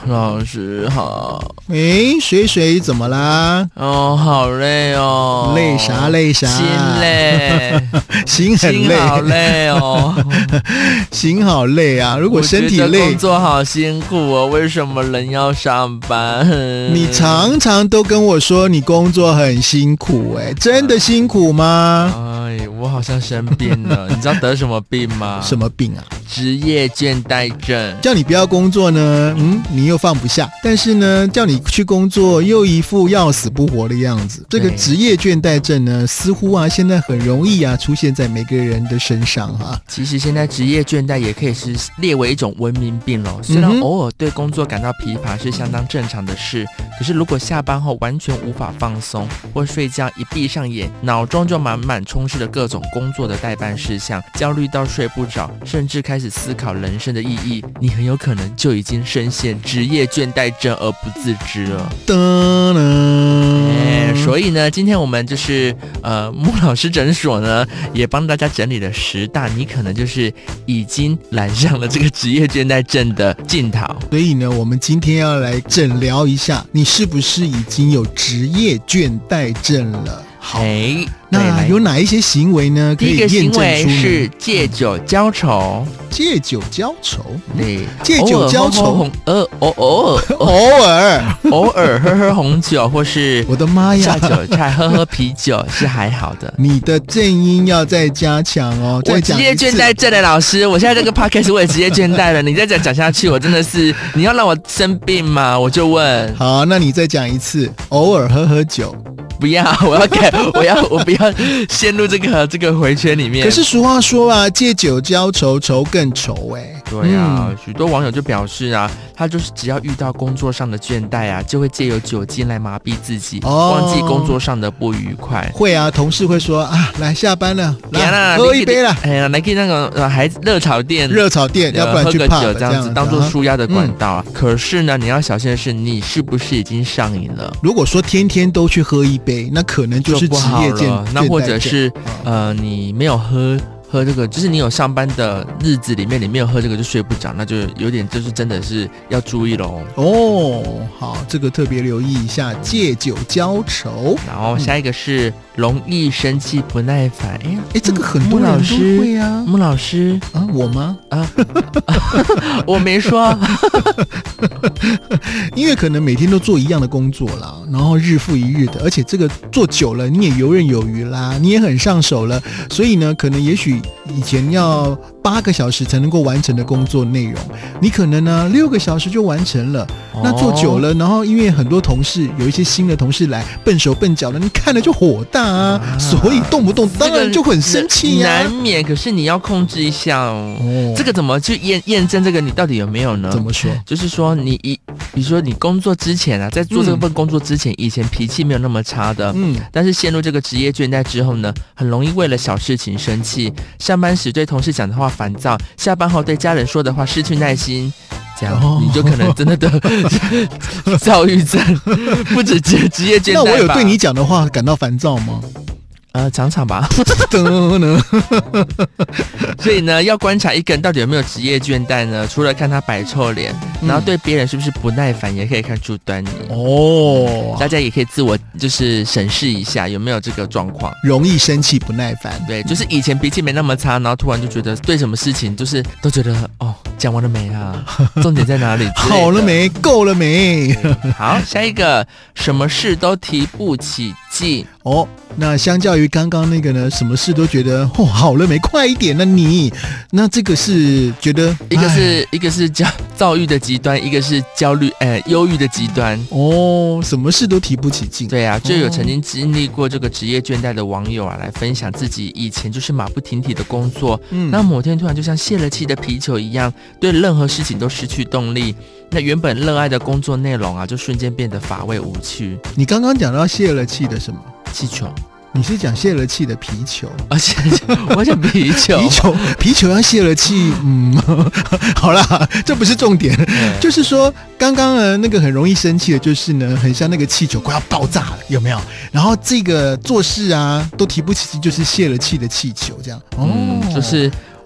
老师好。 水怎么啦？ 好累哦。 累啥？ 心累。 心很累。 心好累哦。 心好累啊！如果身体累， 我觉得工作好辛苦哦。为什么人要上班？ 你常常都跟我说你工作很辛苦，真的辛苦吗？ 我好像生病了。你知道得什么病吗？ 什么病啊？ 职业倦怠症。 叫你不要工作呢，你又放不下，但是呢，叫你去工作又一副要死不活的样子。这个职业倦怠症呢，似乎现在很容易出现在每个人的身上其实现在职业倦怠也可以是列为一种文明病了。虽然偶尔对工作感到疲乏是相当正常的事，可是如果下班后完全无法放松，或睡觉一闭上眼，脑中就满满充斥了各种工作的待办事项，焦虑到睡不着，甚至开始思考人生的意义，你很有可能就已经深陷职业倦怠症而不自知了。所以呢，今天我们就是穆老师诊所呢，也帮大家整理了10大你可能就是已经染上了这个职业倦怠症的镜头。 所以呢，我们今天要来诊疗一下，你是不是已经有职业倦怠症了？好，那有哪一些行为呢？可以验证出呢？ 第一个行为是借酒浇愁。 借酒浇愁？ 对， 借酒浇愁， 偶尔喝红酒，或是我的妈呀， 下酒菜喝啤酒是还好的。 你的正音要再加强哦。 我职业倦怠症的老师，我现在这个 podcast 我也职业倦怠了。你再讲下去，我真的是你要让我生病吗？我就问。 好，那你再讲一次，偶尔喝酒。 不要，我不要陷入这个回圈里面。 可是俗话说借酒浇愁，愁更愁对啊，许多网友就表示他就是只要遇到工作上的倦怠就会借由酒精来麻痹自己，忘记工作上的不愉快。 会同事会说来下班了，来喝一杯了， 来去那个热炒店， 要不然去喝个酒这样子当做抒压的管道可是呢，你要小心的是，你是不是已经上瘾了？ 如果说天天都去喝一杯，那可能就是职业倦怠症。 那或者是你没有喝这个，就是你有上班的日子里面你没有喝这个就睡不着，那就有点就是真的是要注意咯。 好，这个特别留意一下，借酒浇愁。 然后下一个是容易生气不耐烦。 这个很多人都会穆老师我吗？ 我没说。 因为可能每天都做一样的工作啦，然后日复一日的，而且这个做久了你也游刃有余啦，你也很上手了，所以呢，可能也许以前要8个小时才能够完成的工作内容，你可能呢6个小时就完成了。那做久了，然后因为很多同事有一些新的同事来笨手笨脚的，你看了就火大所以动不动当然就很生气难免。可是你要控制一下这个怎么去验证这个你到底有没有呢？ 怎么说？ 就是说比如说你工作之前在做这份工作之前，以前脾气没有那么差的，但是陷入这个职业倦怠之后呢，很容易为了小事情生气，上班时对同事讲的话烦躁，下班后对家人说的话失去耐心，这样你就可能真的得躁郁症，不止职业倦怠吧。 那我有对你讲的话感到烦躁吗？ 常常吧。所以呢，要观察一个人到底有没有职业倦怠呢，除了看他摆臭脸，然后对别人是不是不耐烦也可以看出端倪。大家也可以自我就是审视一下有没有这个状况， 容易生气不耐烦。 对，就是以前脾气没那么差，然后突然就觉得对什么事情就是都觉得讲完了没重点在哪里好了没，够了没。 好，下一个，什么事都提不起劲。 那相较于刚刚那个呢，什么事都觉得好了没，快一点呢那这个是觉得一个是躁郁的极端，一个是忧郁的极端。 什么事都提不起劲。 对啊，就有曾经经历过这个职业倦怠的网友来分享自己以前就是马不停蹄的工作，那某天突然就像泄了气的皮球一样，对任何事情都失去动力，那原本热爱的工作内容就瞬间变得乏味无趣。 你刚刚讲到泄了气的什么？ 气球。 你是讲泄了气的皮球？ 我讲皮球。 皮球要泄了气，好啦，这不是重点。就是说，刚刚那个很容易生气的，就是呢，很像那个气球快要爆炸了，有没有？然后这个做事都提不起劲，就是泄了气的气球，这样。 就是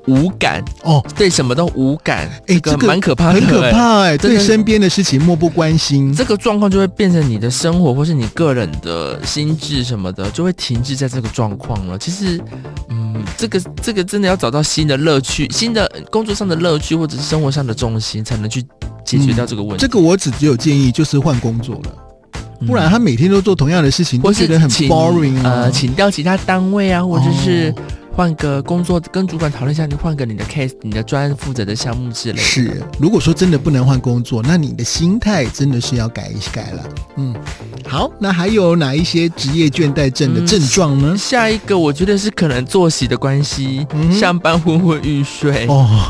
无感哦， 对什么都无感，这个蛮可怕的， 很可怕对身边的事情漠不关心， 这个状况就会变成你的生活或是你个人的心智什么的，就会停滞在这个状况了。其实，这个真的要找到新的乐趣，新的工作上的乐趣，或者是生活上的重心，才能去解决掉这个问题。 这个我只有建议，就是换工作了。不然他每天都做同样的事情，都觉得很 boring 啊。 请调其他单位啊，或者是换个工作，跟主管讨论一下，你换个你的 case， 你的专案负责的项目之类的。 是，如果说真的不能换工作，那你的心态真的是要改一改了。好，那还有哪一些职业倦怠症的症状呢？ 下一个我觉得是可能作息的关系，上班昏昏欲睡。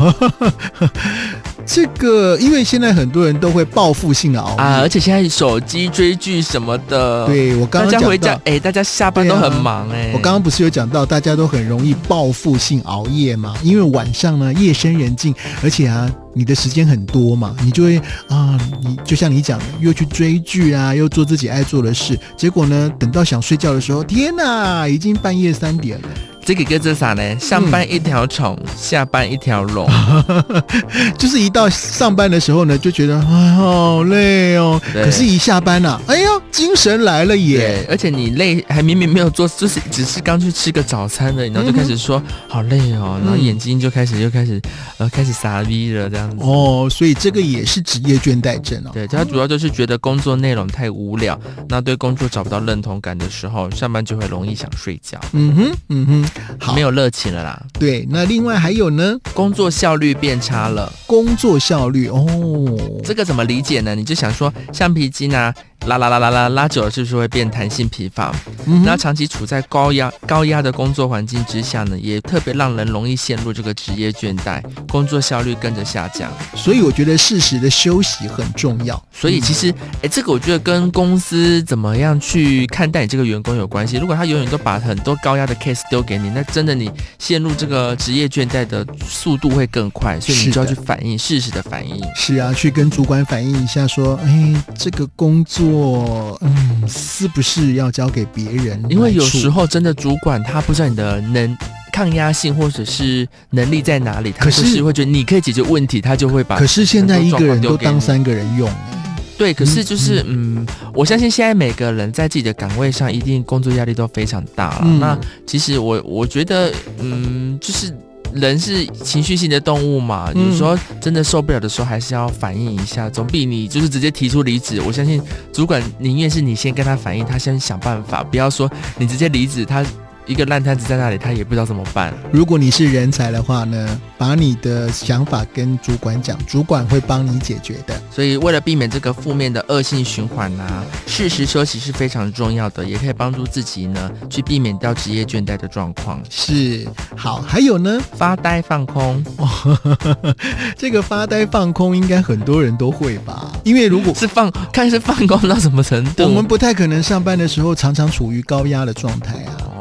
这个因为现在很多人都会报复性的熬夜而且现在手机追剧什么的， 对，我刚刚讲到，大家回家大家下班都很忙我刚刚不是有讲到大家都很容易报复性熬夜嘛，因为晚上呢夜深人静，而且你的时间很多嘛，你就会你就像你讲的，又去追剧又做自己爱做的事，结果呢等到想睡觉的时候，天哪，已经半夜3点了。 这个跟这啥呢？上班一条虫，下班一条龙。 就是一到上班的时候呢，就觉得好累哦。可是一下班哎呀，精神来了耶！ 对，而且你累还明明没有做，就是只是刚去吃个早餐的，然后就开始说好累哦，然后眼睛就开始傻逼了这样子。 所以这个也是职业倦怠症对，他主要就是觉得工作内容太无聊，那对工作找不到认同感的时候，上班就会容易想睡觉。好，没有热情了啦。 对，那另外还有呢， 工作效率变差了。 工作效率这个怎么理解呢？你就想说橡皮筋拉久了是不是会变弹性疲乏？那长期处在高压的工作环境之下呢，也特别让人容易陷入这个职业倦怠，工作效率跟着下降。 所以我觉得适时的休息很重要。 所以其实这个我觉得跟公司怎么样去看待你这个员工有关系。如果他永远都把很多高压的 case 丢给你，那真的你陷入这个职业倦怠的速度会更快，所以你就要去反应，适时的反应。 是啊，去跟主管反映一下说，这个工作是不是要交给别人？ 因为有时候真的主管他不知道你的抗压性或者是能力在哪里，他就是会觉得你可以解决问题，他就会把。 可是现在一个人都当3个人用。 对，可是就是我相信现在每个人在自己的岗位上，一定工作压力都非常大了。那其实我觉得就是人是情绪性的动物嘛，有时候真的受不了的时候，还是要反映一下，总比你就是直接提出离职。我相信主管宁愿是你先跟他反映，他先想办法，不要说你直接离职，他一个烂摊子在那里，他也不知道怎么办。 如果你是人才的话呢，把你的想法跟主管讲，主管会帮你解决的。 所以为了避免这个负面的恶性循环适时休息是非常重要的，也可以帮助自己呢去避免掉职业倦怠的状况。 是，好，还有呢， 发呆放空。 这个发呆放空应该很多人都会吧？因为如果是看是放空到什么程度， 我们不太可能上班的时候常常处于高压的状态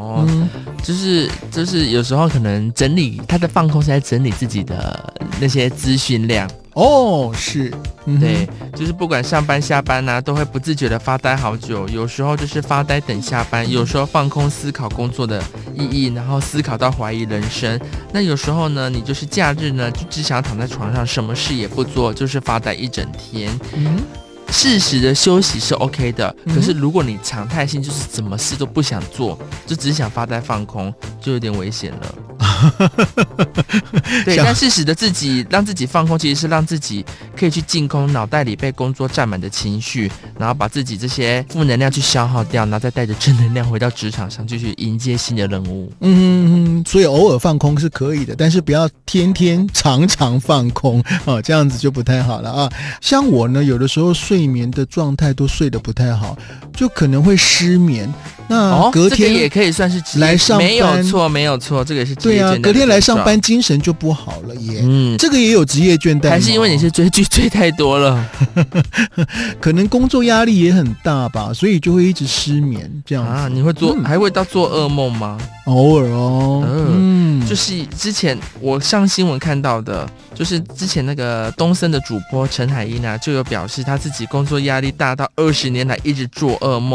就是有时候可能整理他的放空是在整理自己的那些资讯量。 是， 对，就是不管上班下班都会不自觉的发呆好久，有时候就是发呆等下班，有时候放空思考工作的意义，然后思考到怀疑人生。那有时候呢，你就是假日呢就只想躺在床上什么事也不做，就是发呆一整天。适时的休息是 OK 的，可是如果你常态性就是什么事都不想做，就只想发呆放空，就有点危险了。对，但适时的让自己放空，其实是让自己可以去净空脑袋里被工作占满的情绪，然后把自己这些负能量去消耗掉，然后再带着正能量回到职场上，就去迎接新的任务。 所以偶尔放空是可以的，但是不要天天常常放空这样子就不太好了像我呢，有的时候睡眠的状态都睡得不太好，就可能会失眠。那隔天、 这个也可以算是来上班， 没有错，这个也是职业倦怠。 对隔天来上班精神就不好了耶。这个也有职业倦怠， 还是因为你是追剧追太多了？ 可能工作压力也很大吧，所以就会一直失眠这样子。 你会还会到做噩梦吗？ 偶尔就是之前我上新闻看到的，就是之前那个东森的主播陈海英就有表示他自己工作压力大到20年来一直做噩梦。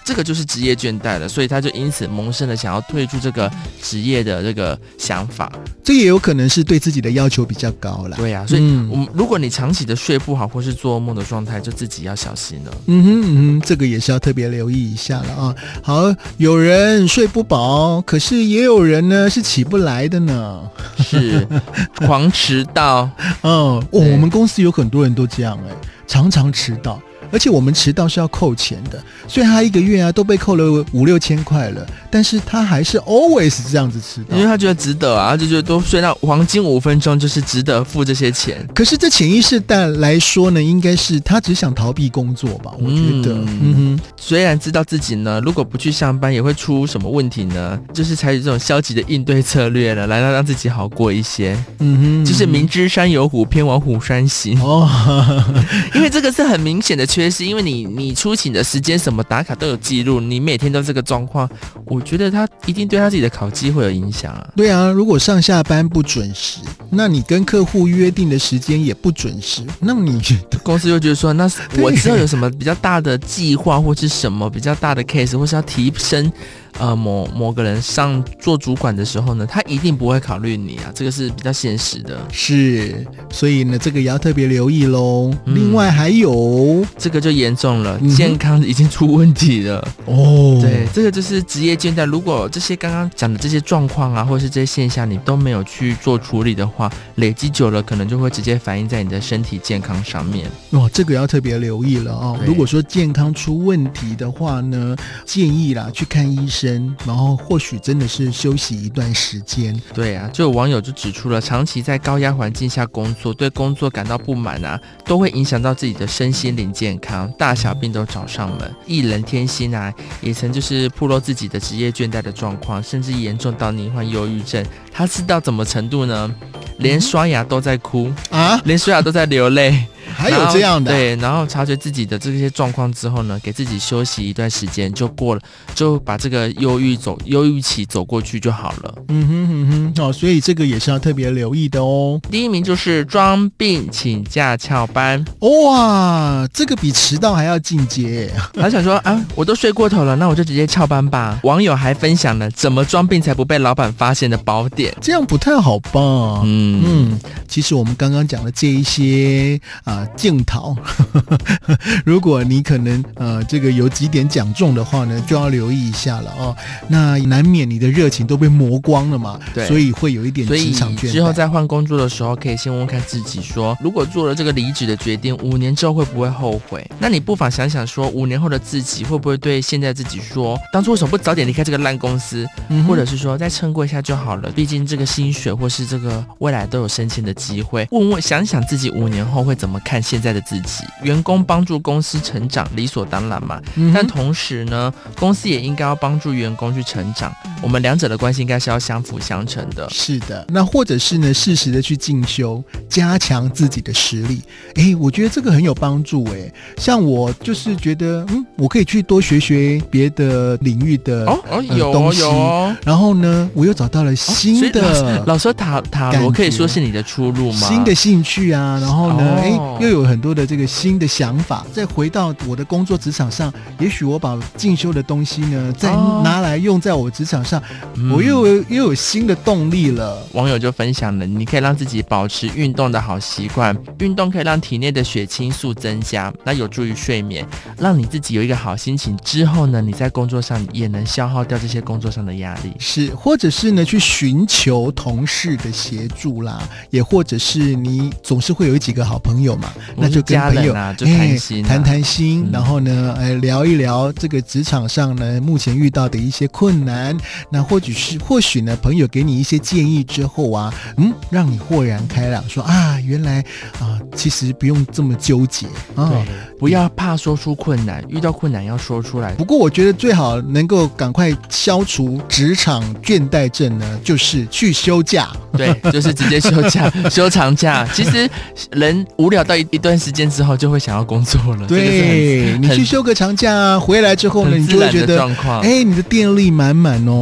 这个就是职业倦怠了，所以他就因此萌生了想要退出这个职业的这个想法。 这也有可能是对自己的要求比较高啦。 对啊，所以如果你长期的睡不好或是做梦的状态，就自己要小心了。 这个也是要特别留意一下了啊。好，有人睡不饱，可是也有人呢是起不来的呢， 是狂迟到。 我们公司有很多人都这样常常迟到。而且我们迟到是要扣钱的，所以他一个月啊都被扣了5-6千块了，但是他还是 always 这样子迟到， 因为他觉得值得啊，他就觉得多睡到黄金5分钟就是值得付这些钱。 可是这潜意识来说呢，应该是他只想逃避工作吧，我觉得。 虽然知道自己呢如果不去上班也会出什么问题呢，就是采取这种消极的应对策略了，来让自己好过一些。就是明知山有虎，偏往虎山行。因为这个是很明显的缺失，因为你出勤的时间什么打卡都有记录，你每天都这个状况，我觉得他一定对他自己的考绩会有影响啊。 对啊，如果上下班不准时，那你跟客户约定的时间也不准时，那么你公司就觉得说，那我之后有什么比较大的计划，或是什么比较大的 case， 或是要提升某个人上做主管的时候呢，他一定不会考虑你啊，这个是比较现实的。 是，所以呢，这个也要特别留意咯。另外还有这个就严重了，健康已经出问题了。对，这个就是职业倦怠。如果这些刚刚讲的这些状况啊，或是这些现象你都没有去做处理的话，累积久了可能就会直接反映在你的身体健康上面。 这个要特别留意了哦。如果说健康出问题的话呢，建议啦去看医生，然后或许真的是休息一段时间。 对啊，就有网友就指出了，长期在高压环境下工作，对工作感到不满啊，都会影响到自己的身心灵健康，大小病都找上门。艺人天心啊，也曾就是暴露自己的职业倦怠的状况，甚至严重到罹患忧郁症。他是到怎么程度呢？连刷牙都在哭啊，连刷牙都在流泪。 还有这样的对，然后察觉自己的这些状况之后呢，给自己休息一段时间就过了，就把这个忧郁期走过去就好了。 所以这个也是要特别留意的哦。 第一名就是装病请假翘班。 哇，这个比迟到还要进阶。 他想说啊，我都睡过头了，那我就直接翘班吧。网友还分享了怎么装病才不被老板发现的宝典， 这样不太好吧？其实我们刚刚讲的这一些镜头如果你可能这个有几点讲中的话呢，就要留意一下了哦。那难免你的热情都被磨光了嘛，对，所以会有一点职场倦怠。 所以之后在换工作的时候，可以先问问看自己说，如果做了这个离职的决定，5年之后会不会后悔？那你不妨想想说，5年后的自己会不会对现在自己说，当初为什么不早点离开这个烂公司，或者是说再撑过一下就好了，毕竟这个薪水或是这个未来都有升迁的机会。想想自己5年后会怎么看现在的自己。员工帮助公司成长理所当然嘛，但同时呢，公司也应该要帮助员工去成长，我们两者的关系应该是要相辅相成的。 是的，那或者是呢，适时的去进修，加强自己的实力。我觉得这个很有帮助。像我就是觉得我可以去多学学别的领域的东西，然后呢我又找到了新的老师塔罗可以说是你的出路吗？ 新的兴趣啊，然后呢又有很多的这个新的想法，再回到我的工作职场上，也许我把进修的东西呢再拿来用在我职场上，我又有新的动力了。 网友就分享了，你可以让自己保持运动的好习惯，运动可以让体内的血清素增加，那有助于睡眠，让你自己有一个好心情，之后呢你在工作上也能消耗掉这些工作上的压力。 是，或者是呢去寻求同事的协助啦，也或者是你总是会有几个好朋友嘛，那就跟朋友就谈心谈心，然后呢聊一聊这个职场上呢目前遇到的一些困难，那或许呢朋友给你一些建议之后啊，让你豁然开朗，说原来其实不用这么纠结对，不要怕说出困难，遇到困难要说出来。 不过我觉得最好能够赶快消除职场倦怠症呢，就是去休假。 对，就是直接休假休长假。其实人无聊到一段时间之后就会想要工作了。 对，你去休个长假回来之后呢，你就会觉得你的电力满满哦。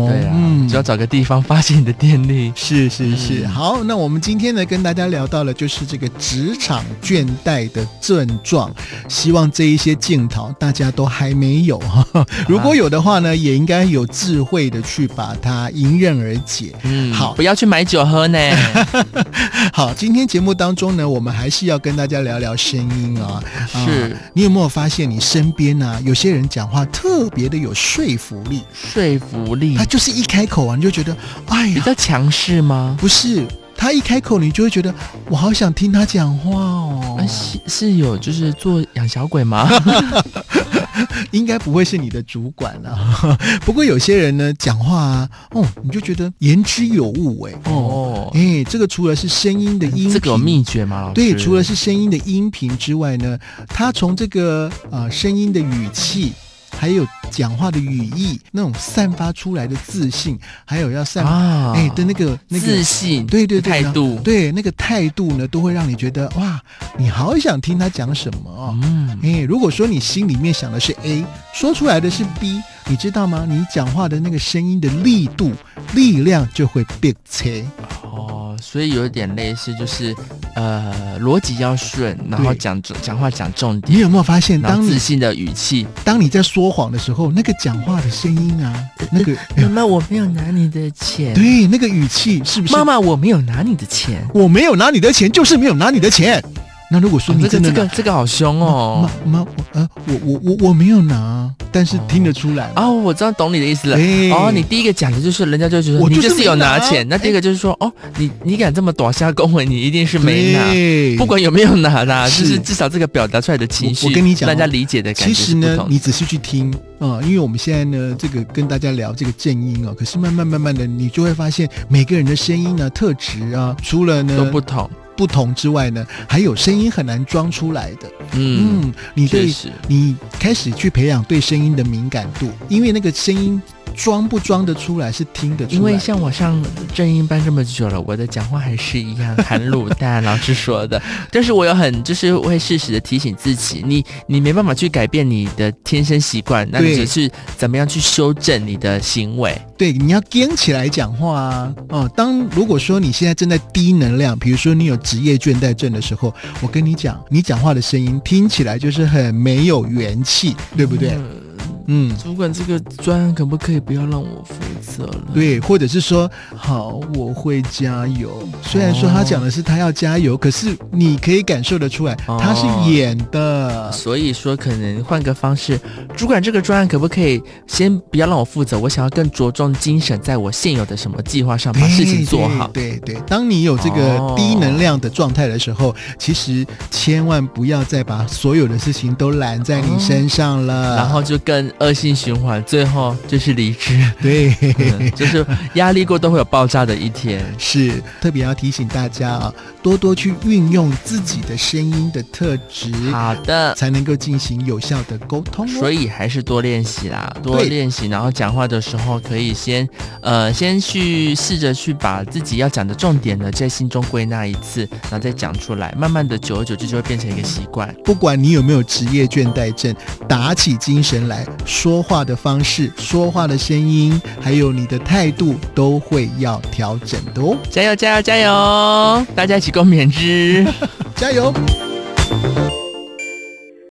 对啊，只要找个地方发泄你的电力。 是。好，那我们今天呢跟大家聊到了就是这个职场倦怠的症状，希望这一些镜头大家都还没有如果有的话呢，也应该有智慧的去把它迎刃而解。好， 不要去买酒喝呢。 好，今天节目当中呢，我们还是要跟大家聊聊声音啊。 是， 你有没有发现你身边啊，有些人讲话特别的有说服力？他就是一开口啊，你就觉得哎呀， 比较强势吗？ 不是，他一开口你就会觉得我好想听他讲话哦。 是有就是做养小鬼吗？ 应该不会是你的主管啊。不过有些人呢讲话啊，你就觉得言之有物这个除了是声音的音频， 这个有秘诀吗？老师？ 对，除了是声音的音频之外呢，他从这个声音的语气，还有讲话的语义，那种散发出来的自信，还有要散发的那个自信， 对态度， 对那个态度呢，都会让你觉得哇，你好想听他讲什么如果说你心里面想的是 A， 说出来的是 B， 你知道吗？你讲话的那个声音的力度、力量就会变切。 所以有点类似，就是逻辑要顺，然后讲话讲重点。 你有没有发现，当自信的语气， 当你在说谎的时候，那个讲话的声音啊，那个妈妈我没有拿你的钱， 对，那个语气是不是？ 妈妈我没有拿你的钱， 我没有拿你的钱，就是没有拿你的钱。那如果说你真的这个好凶哦， 我没有拿，但是听得出来我知道懂你的意思了。你第一个讲的就是人家就觉得你就是有拿钱，那第二个就是说你敢这么短下恭维，你一定是没拿，不管有没有拿啦，就是至少这个表达出来的情绪， 我跟你讲， 大家理解的感觉是不同。 其实呢，你仔细去听因为我们现在呢这个跟大家聊这个正音可是慢慢的你就会发现每个人的声音呢特质啊，除了呢都不同之外呢，还有声音很难装出来的。你开始去培养对声音的敏感度，因为那个声音装不装得出来是听得出来的。 因为像我上正音班这么久了，我的讲话还是一样含卤蛋老师说的，但是我有就是会适时的提醒自己，你没办法去改变你的天生习惯，那你只是怎么样去修正你的行为。 对，你要跟起来讲话啊！如果说你现在正在低能量，比如说你有职业倦怠症的时候，我跟你讲，你讲话的声音听起来就是很没有元气，对不对？ 主管这个专案可不可以不要让我负责了？ 对，或者是说好，我会加油。虽然说他讲的是他要加油，可是你可以感受得出来他是演的。 所以说可能换个方式，主管这个专案可不可以先不要让我负责，我想要更着重精神在我现有的什么计划上把事情做好。 对，当你有这个低能量的状态的时候，其实千万不要再把所有的事情都揽在你身上了， 然后就更恶性循环，最后就是离职。 对， 就是压力过都会有爆炸的一天。 是，特别要提醒大家多多去运用自己的声音的特质， 好的， 才能够进行有效的沟通所以还是多练习啦，多练习，然后讲话的时候可以先去试着去把自己要讲的重点呢在心中归纳一次，然后再讲出来，慢慢的久而久之就会变成一个习惯。 不管你有没有职业倦怠症，打起精神来，说话的方式、说话的声音，还有你的态度都会要调整的哦。 加油加油加油！大家一起共勉之， 加油！